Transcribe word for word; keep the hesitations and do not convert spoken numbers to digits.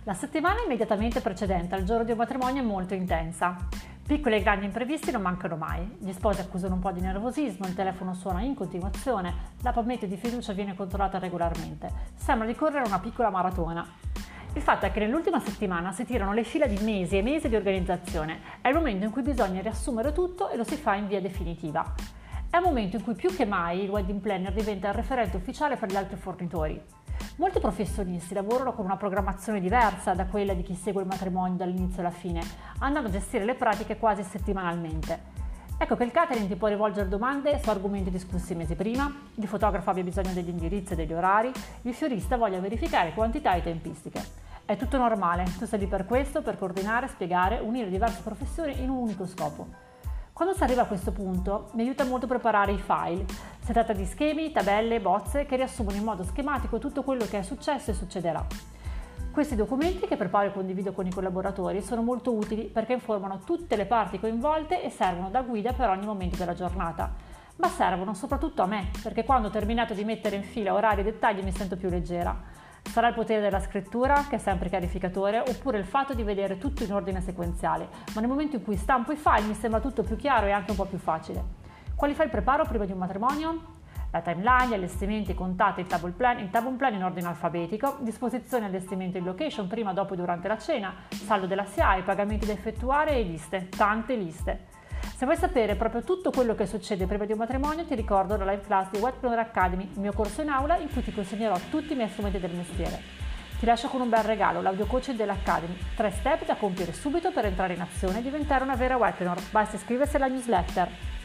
La settimana immediatamente precedente al giorno di un matrimonio è molto intensa. Piccoli e grandi imprevisti non mancano mai. Gli sposi accusano un po' di nervosismo, il telefono suona in continuazione, la pommette di fiducia viene controllata regolarmente. Sembra di correre una piccola maratona. Il fatto è che nell'ultima settimana si tirano le fila di mesi e mesi di organizzazione. È il momento in cui bisogna riassumere tutto e lo si fa in via definitiva. È un momento in cui più che mai il wedding planner diventa il referente ufficiale per gli altri fornitori. Molti professionisti lavorano con una programmazione diversa da quella di chi segue il matrimonio dall'inizio alla fine, andando a gestire le pratiche quasi settimanalmente. Ecco che il catering ti può rivolgere domande su argomenti discussi mesi prima, il fotografo abbia bisogno degli indirizzi e degli orari, il fiorista voglia verificare quantità e tempistiche. È tutto normale, tu sei lì per questo, per coordinare, spiegare, unire diverse professioni in un unico scopo. Quando si arriva a questo punto, mi aiuta molto preparare i file. Si tratta di schemi, tabelle, bozze che riassumono in modo schematico tutto quello che è successo e succederà. Questi documenti che preparo e condivido con i collaboratori sono molto utili perché informano tutte le parti coinvolte e servono da guida per ogni momento della giornata. Ma servono soprattutto a me, perché quando ho terminato di mettere in fila orari e dettagli mi sento più leggera. Sarà il potere della scrittura, che è sempre carificatore, oppure il fatto di vedere tutto in ordine sequenziale, ma nel momento in cui stampo i file mi sembra tutto più chiaro e anche un po' più facile. Quali file preparo prima di un matrimonio? La timeline, gli allestimenti, i contatti, il table plan, il table plan in ordine alfabetico, disposizione e allestimento in location prima, dopo e durante la cena, saldo della S I A E, pagamenti da effettuare e liste, tante liste. Se vuoi sapere proprio tutto quello che succede prima di un matrimonio, ti ricordo la live class di Wedding Planner Academy, il mio corso in aula in cui ti consegnerò tutti i miei strumenti del mestiere. Ti lascio con un bel regalo, l'audio coaching dell'Academy, tre step da compiere subito per entrare in azione e diventare una vera wedding planner. Basta iscriversi alla newsletter.